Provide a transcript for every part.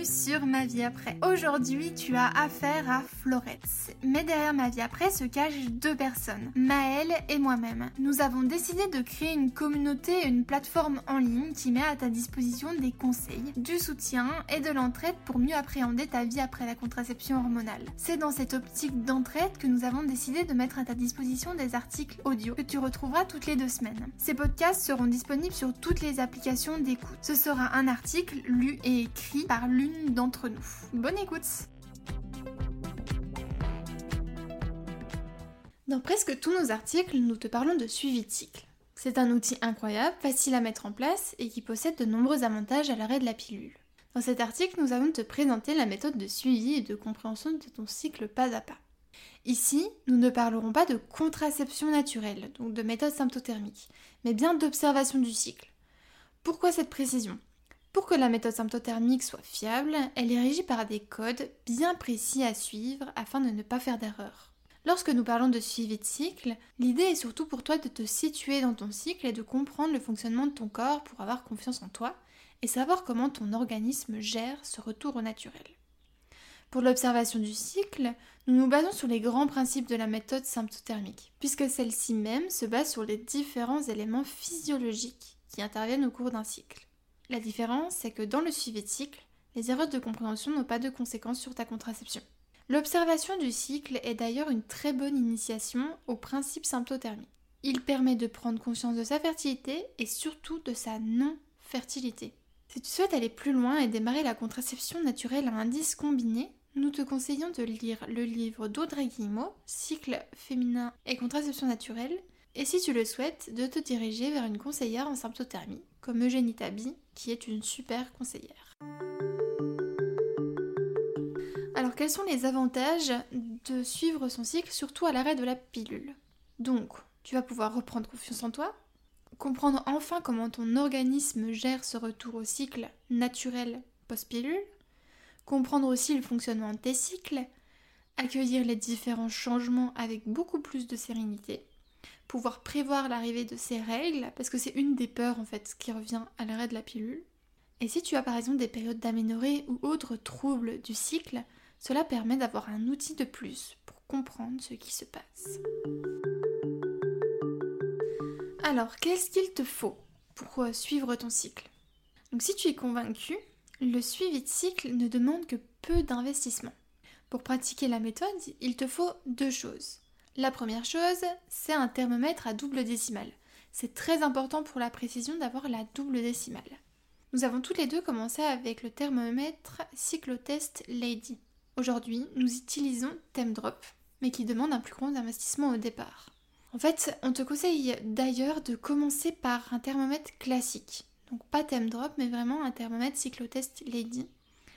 bienvenue sur Ma Vie Après. Aujourd'hui, tu as affaire à Florette. Mais derrière Ma Vie Après se cachent deux personnes, Maëlle et moi-même. Nous avons décidé de créer une communauté et une plateforme en ligne qui met à ta disposition des conseils, du soutien et de l'entraide pour mieux appréhender ta vie après la contraception hormonale. C'est dans cette optique d'entraide que nous avons décidé de mettre à ta disposition des articles audio que tu retrouveras toutes les 2 semaines. Ces podcasts seront disponibles sur toutes les applications d'écoute. Ce sera un article lu et écrit par l'une d'entre nous. Bonne écoute! Dans presque tous nos articles, nous te parlons de suivi de cycle. C'est un outil incroyable, facile à mettre en place et qui possède de nombreux avantages à l'arrêt de la pilule. Dans cet article, nous allons te présenter la méthode de suivi et de compréhension de ton cycle pas à pas. Ici, nous ne parlerons pas de contraception naturelle, donc de méthode symptothermique, mais bien d'observation du cycle. Pourquoi cette précision ? Pour que la méthode symptothermique soit fiable, elle est régie par des codes bien précis à suivre afin de ne pas faire d'erreur. Lorsque nous parlons de suivi de cycle, l'idée est surtout pour toi de te situer dans ton cycle et de comprendre le fonctionnement de ton corps pour avoir confiance en toi et savoir comment ton organisme gère ce retour au naturel. Pour l'observation du cycle, nous nous basons sur les grands principes de la méthode symptothermique, puisque celle-ci même se base sur les différents éléments physiologiques qui interviennent au cours d'un cycle. La différence, c'est que dans le suivi de cycle, les erreurs de compréhension n'ont pas de conséquences sur ta contraception. L'observation du cycle est d'ailleurs une très bonne initiation au principe symptothermique. Il permet de prendre conscience de sa fertilité et surtout de sa non-fertilité. Si tu souhaites aller plus loin et démarrer la contraception naturelle à indice combiné, nous te conseillons de lire le livre d'Audrey Guillemot, Cycle féminin et contraception naturelle, et si tu le souhaites, de te diriger vers une conseillère en symptothermie, comme Eugénie Tabi, qui est une super conseillère. Alors quels sont les avantages de suivre son cycle, surtout à l'arrêt de la pilule ? Donc, tu vas pouvoir reprendre confiance en toi, comprendre enfin comment ton organisme gère ce retour au cycle naturel post-pilule, comprendre aussi le fonctionnement de tes cycles, accueillir les différents changements avec beaucoup plus de sérénité, pouvoir prévoir l'arrivée de ces règles, parce que c'est une des peurs en fait qui revient à l'arrêt de la pilule. Et si tu as par exemple des périodes d'aménorrhée ou autres troubles du cycle, cela permet d'avoir un outil de plus pour comprendre ce qui se passe. Alors, qu'est-ce qu'il te faut pour suivre ton cycle ? Donc si tu es convaincu, le suivi de cycle ne demande que peu d'investissement. Pour pratiquer la méthode, il te faut 2 choses. La première chose, c'est un thermomètre à double décimale. C'est très important pour la précision d'avoir la double décimale. Nous avons toutes les deux commencé avec le thermomètre Cyclotest Lady. Aujourd'hui, nous utilisons TemDrop, mais qui demande un plus grand investissement au départ. En fait, on te conseille d'ailleurs de commencer par un thermomètre classique. Donc pas TemDrop, mais vraiment un thermomètre Cyclotest Lady. Pourquoi ?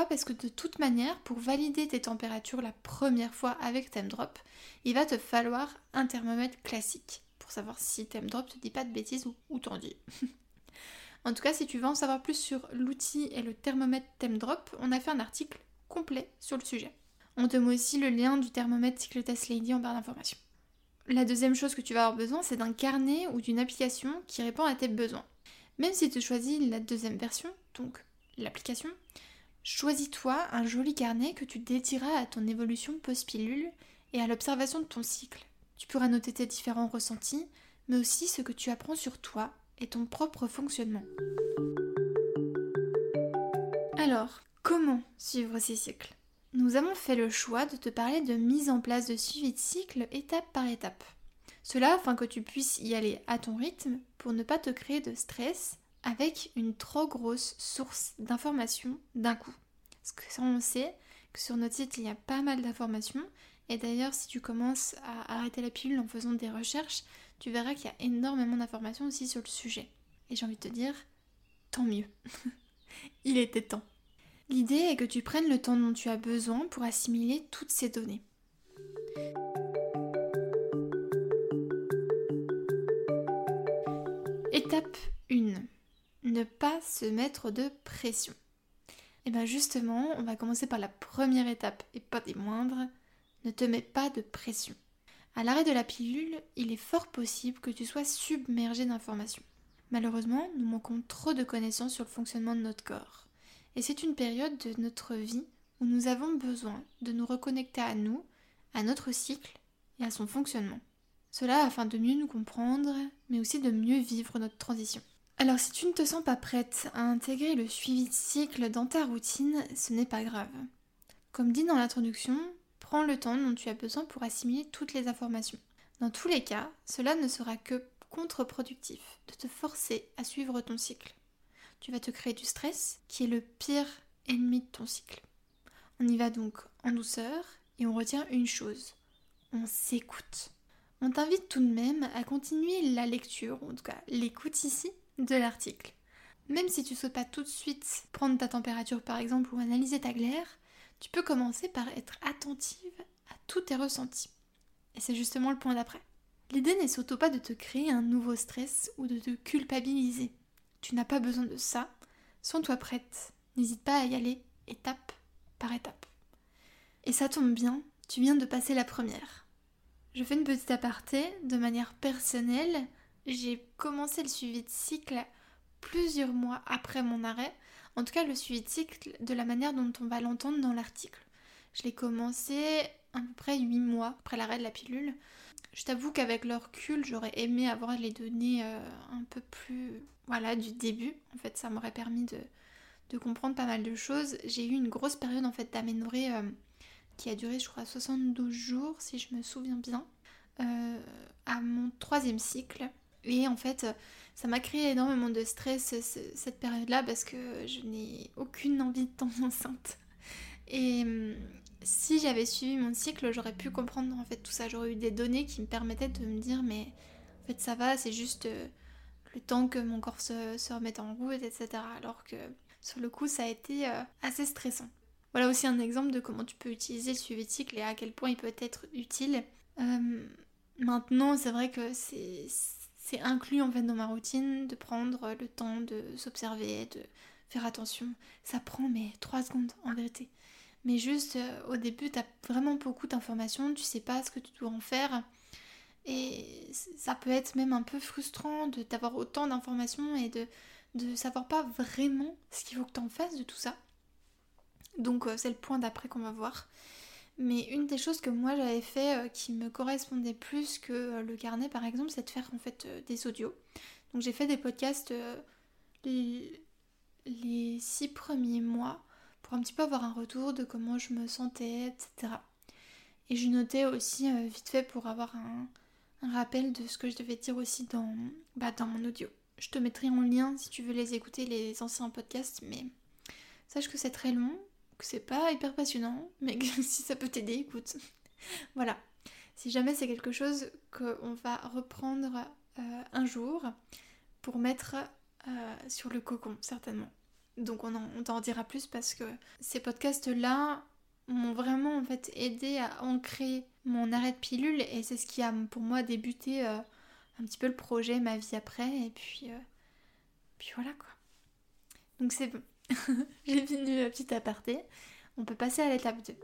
Parce que de toute manière, pour valider tes températures la première fois avec TemDrop, il va te falloir un thermomètre classique pour savoir si TemDrop te dit pas de bêtises ou t'en dit. En tout cas, si tu veux en savoir plus sur l'outil et le thermomètre TemDrop, on a fait un article complet sur le sujet. On te met aussi le lien du thermomètre Cyclotest Lady en barre d'informations. La deuxième chose que tu vas avoir besoin, c'est d'un carnet ou d'une application qui répond à tes besoins. Même si tu choisis la deuxième version, donc l'application, choisis-toi un joli carnet que tu dédieras à ton évolution post-pilule et à l'observation de ton cycle. Tu pourras noter tes différents ressentis, mais aussi ce que tu apprends sur toi et ton propre fonctionnement. Alors, comment suivre ces cycles ? Nous avons fait le choix de te parler de mise en place de suivi de cycle étape par étape. Cela afin que tu puisses y aller à ton rythme pour ne pas te créer de stress avec une trop grosse source d'informations d'un coup. Parce que ça, on sait que sur notre site, il y a pas mal d'informations. Et d'ailleurs, si tu commences à arrêter la pilule en faisant des recherches, tu verras qu'il y a énormément d'informations aussi sur le sujet. Et j'ai envie de te dire, tant mieux. Il était temps. L'idée est que tu prennes le temps dont tu as besoin pour assimiler toutes ces données. Étape 1. Ne pas se mettre de pression. Et bien justement, on va commencer par la première étape et pas des moindres. Ne te mets pas de pression. À l'arrêt de la pilule, il est fort possible que tu sois submergé d'informations. Malheureusement, nous manquons trop de connaissances sur le fonctionnement de notre corps. Et c'est une période de notre vie où nous avons besoin de nous reconnecter à nous, à notre cycle et à son fonctionnement. Cela afin de mieux nous comprendre, mais aussi de mieux vivre notre transition. Alors si tu ne te sens pas prête à intégrer le suivi de cycle dans ta routine, ce n'est pas grave. Comme dit dans l'introduction, prends le temps dont tu as besoin pour assimiler toutes les informations. Dans tous les cas, cela ne sera que contre-productif de te forcer à suivre ton cycle. Tu vas te créer du stress, qui est le pire ennemi de ton cycle. On y va donc en douceur et on retient une chose, on s'écoute. On t'invite tout de même à continuer la lecture, ou en tout cas l'écoute ici, de l'article. Même si tu ne souhaites pas tout de suite prendre ta température par exemple ou analyser ta glaire, tu peux commencer par être attentive à tous tes ressentis. Et c'est justement le point d'après. L'idée n'est surtout pas de te créer un nouveau stress ou de te culpabiliser. Tu n'as pas besoin de ça. Sens-toi prête. N'hésite pas à y aller étape par étape. Et ça tombe bien, tu viens de passer la première. Je fais une petite aparté. De manière personnelle, j'ai commencé le suivi de cycle plusieurs mois après mon arrêt. En tout cas, le suivi de cycle de la manière dont on va l'entendre dans l'article. Je l'ai commencé à peu près 8 mois après l'arrêt de la pilule. Je t'avoue qu'avec le recul, j'aurais aimé avoir les données un peu plus du début. En fait, ça m'aurait permis de comprendre pas mal de choses. J'ai eu une grosse période en fait d'aménorrhée qui a duré, je crois, 72 jours, si je me souviens bien, à mon 3e cycle. Et en fait, ça m'a créé énormément de stress cette période-là parce que je n'ai aucune envie de tomber enceinte. Et si j'avais suivi mon cycle, j'aurais pu comprendre en fait tout ça. J'aurais eu des données qui me permettaient de me dire mais en fait ça va, c'est juste le temps que mon corps se remette en route, etc. Alors que sur le coup ça a été assez stressant. Voilà aussi un exemple de comment tu peux utiliser le suivi de cycle et à quel point il peut être utile. Maintenant c'est vrai que c'est inclus en fait dans ma routine de prendre le temps de s'observer, de faire attention. Ça prend mais 3 secondes en vérité. Mais juste au début t'as vraiment beaucoup d'informations, tu sais pas ce que tu dois en faire. Et ça peut être même un peu frustrant d'avoir autant d'informations et de savoir pas vraiment ce qu'il faut que t'en fasses de tout ça. Donc c'est le point d'après qu'on va voir. Mais une des choses que moi j'avais fait qui me correspondait plus que le carnet par exemple, c'est de faire en fait des audios. Donc j'ai fait des podcasts les 6 premiers mois pour un petit peu avoir un retour de comment je me sentais, etc. Et je notais aussi vite fait pour avoir un rappel de ce que je devais dire aussi dans mon audio. Je te mettrai en lien si tu veux les écouter, les anciens podcasts, mais sache que c'est très long, que c'est pas hyper passionnant, mais que si ça peut t'aider, écoute. Voilà. Si jamais c'est quelque chose qu'on va reprendre un jour pour mettre sur le cocon, certainement. Donc on t'en dira plus parce que ces podcasts-là m'ont vraiment en fait aidé à ancrer mon arrêt de pilule et c'est ce qui a pour moi débuté un petit peu le projet, ma vie après et puis voilà quoi. Donc c'est bon. J'ai fini la petite aparté. On peut passer à l'étape 2.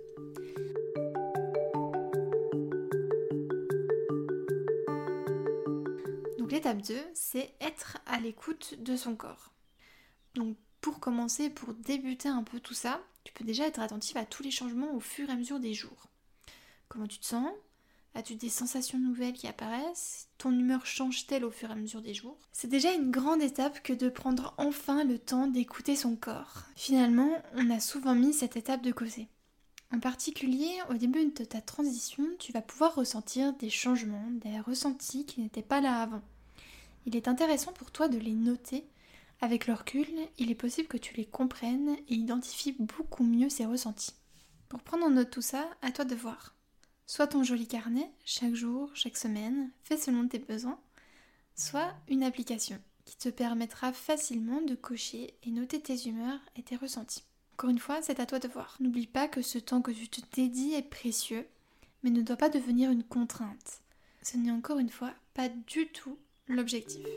Donc l'étape 2, c'est être à l'écoute de son corps. Donc pour commencer, pour débuter un peu tout ça, tu peux déjà être attentive à tous les changements au fur et à mesure des jours. Comment tu te sens ? As-tu des sensations nouvelles qui apparaissent ? Ton humeur change-t-elle au fur et à mesure des jours ? C'est déjà une grande étape que de prendre enfin le temps d'écouter son corps. Finalement, on a souvent mis cette étape de côté. En particulier, au début de ta transition, tu vas pouvoir ressentir des changements, des ressentis qui n'étaient pas là avant. Il est intéressant pour toi de les noter. Avec le recul, il est possible que tu les comprennes et identifies beaucoup mieux ces ressentis. Pour prendre en note tout ça, à toi de voir. Soit ton joli carnet, chaque jour, chaque semaine, fait selon tes besoins, soit une application qui te permettra facilement de cocher et noter tes humeurs et tes ressentis. Encore une fois, c'est à toi de voir. N'oublie pas que ce temps que tu te dédies est précieux, mais ne doit pas devenir une contrainte. Ce n'est encore une fois pas du tout l'objectif.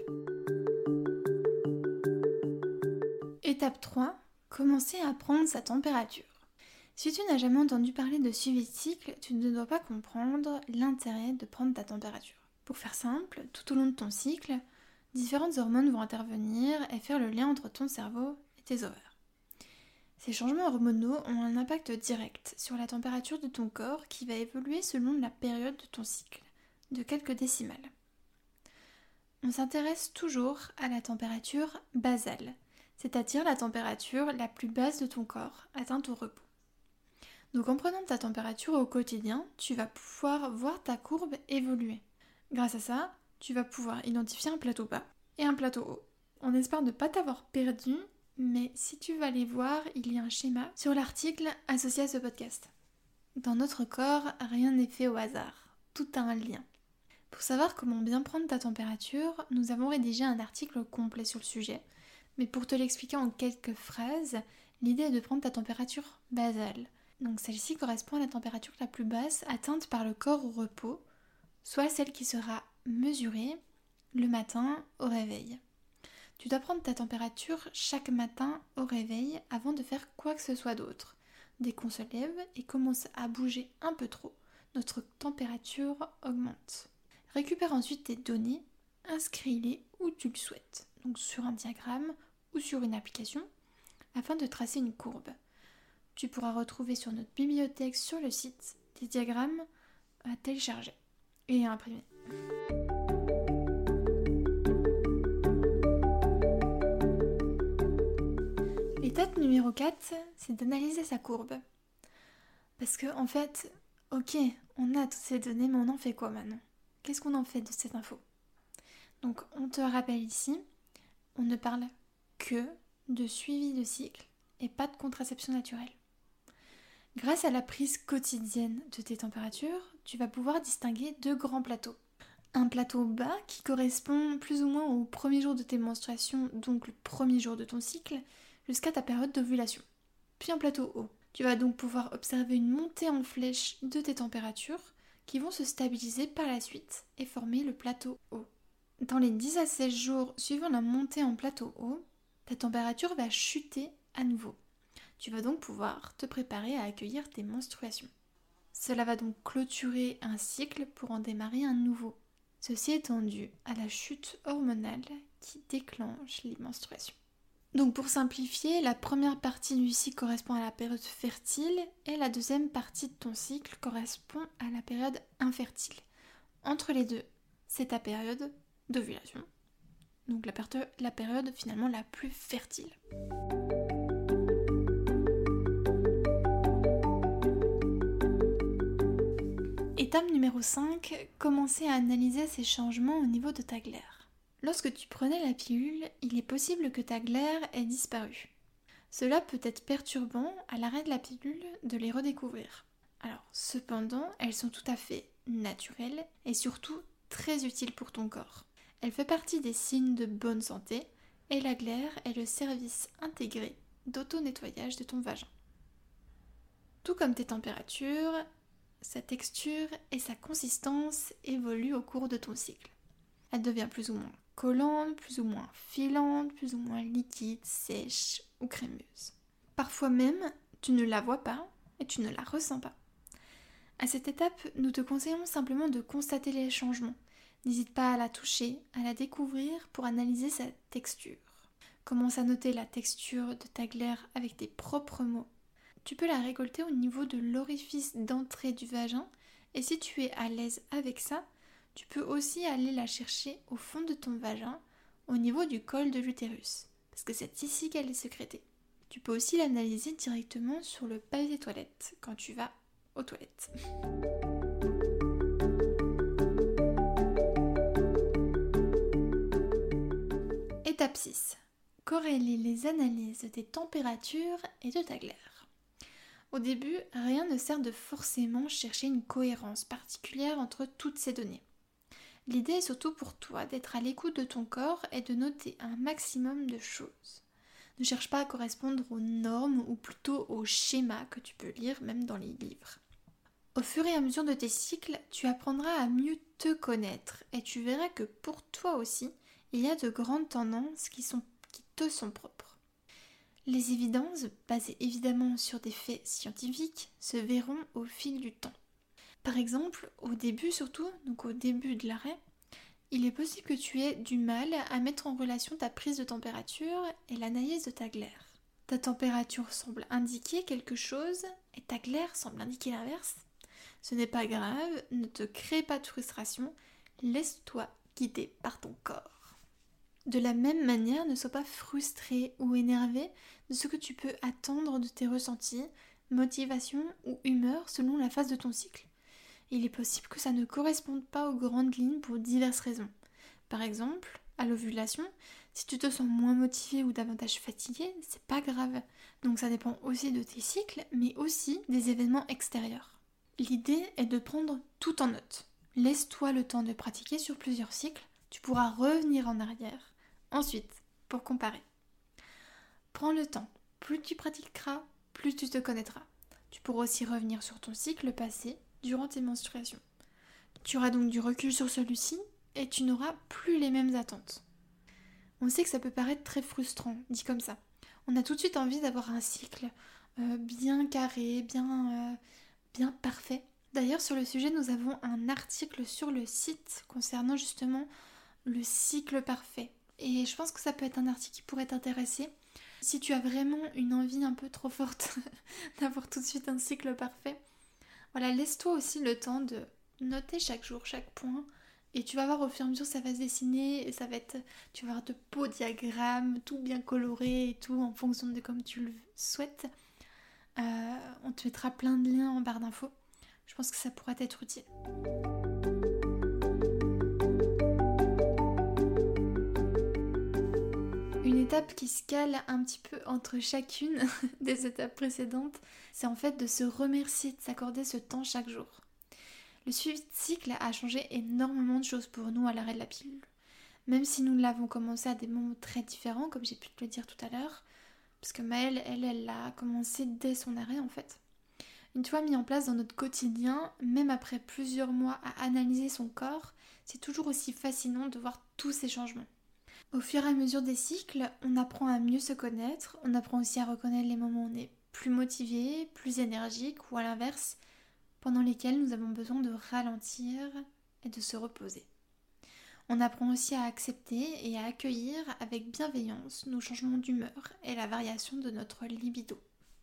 Étape 3, commencer à prendre sa température. Si tu n'as jamais entendu parler de suivi de cycle, tu ne dois pas comprendre l'intérêt de prendre ta température. Pour faire simple, tout au long de ton cycle, différentes hormones vont intervenir et faire le lien entre ton cerveau et tes ovaires. Ces changements hormonaux ont un impact direct sur la température de ton corps qui va évoluer selon la période de ton cycle, de quelques décimales. On s'intéresse toujours à la température basale, c'est-à-dire la température la plus basse de ton corps, atteinte au repos. Donc en prenant ta température au quotidien, tu vas pouvoir voir ta courbe évoluer. Grâce à ça, tu vas pouvoir identifier un plateau bas et un plateau haut. On espère ne pas t'avoir perdu, mais si tu vas aller voir, il y a un schéma sur l'article associé à ce podcast. Dans notre corps, rien n'est fait au hasard, tout a un lien. Pour savoir comment bien prendre ta température, nous avons rédigé un article complet sur le sujet, mais pour te l'expliquer en quelques phrases, l'idée est de prendre ta température basale. Donc celle-ci correspond à la température la plus basse atteinte par le corps au repos, soit celle qui sera mesurée le matin au réveil. Tu dois prendre ta température chaque matin au réveil avant de faire quoi que ce soit d'autre. Dès qu'on se lève et commence à bouger un peu trop, notre température augmente. Récupère ensuite tes données, inscris-les où tu le souhaites, donc sur un diagramme ou sur une application, afin de tracer une courbe. Tu pourras retrouver sur notre bibliothèque sur le site des diagrammes à télécharger et à imprimer. L'étape numéro 4, c'est d'analyser sa courbe. Parce que en fait, ok, on a toutes ces données, mais on en fait quoi maintenant ? Qu'est-ce qu'on en fait de cette info ? Donc on te rappelle ici, on ne parle que de suivi de cycle et pas de contraception naturelle. Grâce à la prise quotidienne de tes températures, tu vas pouvoir distinguer 2 grands plateaux. Un plateau bas qui correspond plus ou moins au premier jour de tes menstruations, donc le premier jour de ton cycle, jusqu'à ta période d'ovulation. Puis un plateau haut. Tu vas donc pouvoir observer une montée en flèche de tes températures qui vont se stabiliser par la suite et former le plateau haut. Dans les 10 à 16 jours suivant la montée en plateau haut, ta température va chuter à nouveau. Tu vas donc pouvoir te préparer à accueillir tes menstruations. Cela va donc clôturer un cycle pour en démarrer un nouveau. Ceci étant dû à la chute hormonale qui déclenche les menstruations. Donc pour simplifier, la première partie du cycle correspond à la période fertile et la deuxième partie de ton cycle correspond à la période infertile. Entre les deux, c'est ta période d'ovulation. Donc la période finalement la plus fertile. Étape numéro 5, commencer à analyser ces changements au niveau de ta glaire. Lorsque tu prenais la pilule, il est possible que ta glaire ait disparu. Cela peut être perturbant à l'arrêt de la pilule de les redécouvrir. Alors, cependant, elles sont tout à fait naturelles et surtout très utiles pour ton corps. Elle fait partie des signes de bonne santé et la glaire est le service intégré d'auto-nettoyage de ton vagin. Tout comme tes températures, sa texture et sa consistance évoluent au cours de ton cycle. Elle devient plus ou moins collante, plus ou moins filante, plus ou moins liquide, sèche ou crémeuse. Parfois même, tu ne la vois pas et tu ne la ressens pas. À cette étape, nous te conseillons simplement de constater les changements. N'hésite pas à la toucher, à la découvrir pour analyser sa texture. Commence à noter la texture de ta glaire avec tes propres mots. Tu peux la récolter au niveau de l'orifice d'entrée du vagin et si tu es à l'aise avec ça, tu peux aussi aller la chercher au fond de ton vagin, au niveau du col de l'utérus, parce que c'est ici qu'elle est sécrétée. Tu peux aussi l'analyser directement sur le papier toilette quand tu vas aux toilettes. Étape 6. Corréler les analyses des températures et de ta glaire. Au début, rien ne sert de forcément chercher une cohérence particulière entre toutes ces données. L'idée est surtout pour toi d'être à l'écoute de ton corps et de noter un maximum de choses. Ne cherche pas à correspondre aux normes ou plutôt aux schémas que tu peux lire même dans les livres. Au fur et à mesure de tes cycles, tu apprendras à mieux te connaître et tu verras que pour toi aussi, il y a de grandes tendances qui te sont propres. Les évidences, basées évidemment sur des faits scientifiques, se verront au fil du temps. Par exemple, au début surtout, donc au début de l'arrêt, il est possible que tu aies du mal à mettre en relation ta prise de température et l'analyse de ta glaire. ta température semble indiquer quelque chose et ta glaire semble indiquer l'inverse, ce n'est pas grave, ne te crée pas de frustration, laisse-toi guider par ton corps. De la même manière, ne sois pas frustré ou énervé de ce que tu peux attendre de tes ressentis, motivation ou humeur selon la phase de ton cycle. Il est possible que ça ne corresponde pas aux grandes lignes pour diverses raisons. Par exemple, à l'ovulation, si tu te sens moins motivé ou davantage fatigué, c'est pas grave. Donc ça dépend aussi de tes cycles, mais aussi des événements extérieurs. L'idée est de prendre tout en note. Laisse-toi le temps de pratiquer sur plusieurs cycles, tu pourras revenir en arrière. Ensuite, pour comparer. Prends le temps. Plus tu pratiqueras, plus tu te connaîtras. Tu pourras aussi revenir sur ton cycle passé durant tes menstruations. Tu auras donc du recul sur celui-ci et tu n'auras plus les mêmes attentes. On sait que ça peut paraître très frustrant, dit comme ça. On a tout de suite envie d'avoir un cycle bien carré, bien parfait. D'ailleurs, sur le sujet, nous avons un article sur le site concernant justement le cycle parfait. Et je pense que ça peut être un article qui pourrait t'intéresser. Si tu as vraiment une envie un peu trop forte d'avoir tout de suite un cycle parfait, voilà, laisse-toi aussi le temps de noter chaque jour, chaque point. Et tu vas voir au fur et à mesure ça va se dessiner et ça va être, tu vas avoir de beaux diagrammes, tout bien coloré et tout en fonction de comme tu le souhaites. On te mettra plein de liens en barre d'infos. Je pense que ça pourra t'être utile. Une étape qui se cale un petit peu entre chacune des étapes précédentes, c'est en fait de se remercier, de s'accorder ce temps chaque jour. Le suivi de cycle a changé énormément de choses pour nous à l'arrêt de la pilule. Même si nous l'avons commencé à des moments très différents, comme j'ai pu te le dire tout à l'heure, parce que Maëlle, elle l'a commencé dès son arrêt en fait. Une fois mis en place dans notre quotidien, même après plusieurs mois à analyser son corps, c'est toujours aussi fascinant de voir tous ces changements. Au fur et à mesure des cycles, on apprend à mieux se connaître, on apprend aussi à reconnaître les moments où on est plus motivé, plus énergique ou à l'inverse, pendant lesquels nous avons besoin de ralentir et de se reposer. On apprend aussi à accepter et à accueillir avec bienveillance nos changements d'humeur et la variation de notre libido.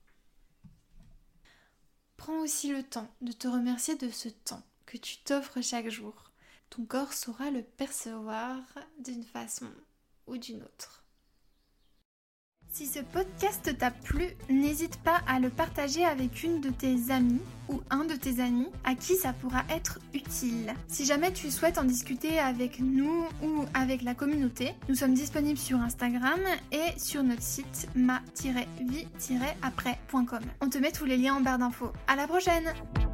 Prends aussi le temps de te remercier de ce temps que tu t'offres chaque jour. Ton corps saura le percevoir d'une façon ou d'une autre. Si ce podcast t'a plu, n'hésite pas à le partager avec une de tes amies ou un de tes amis à qui ça pourra être utile. Si jamais tu souhaites en discuter avec nous ou avec la communauté, nous sommes disponibles sur Instagram et sur notre site ma-vie-après.com. On te met tous les liens en barre d'infos. À la prochaine!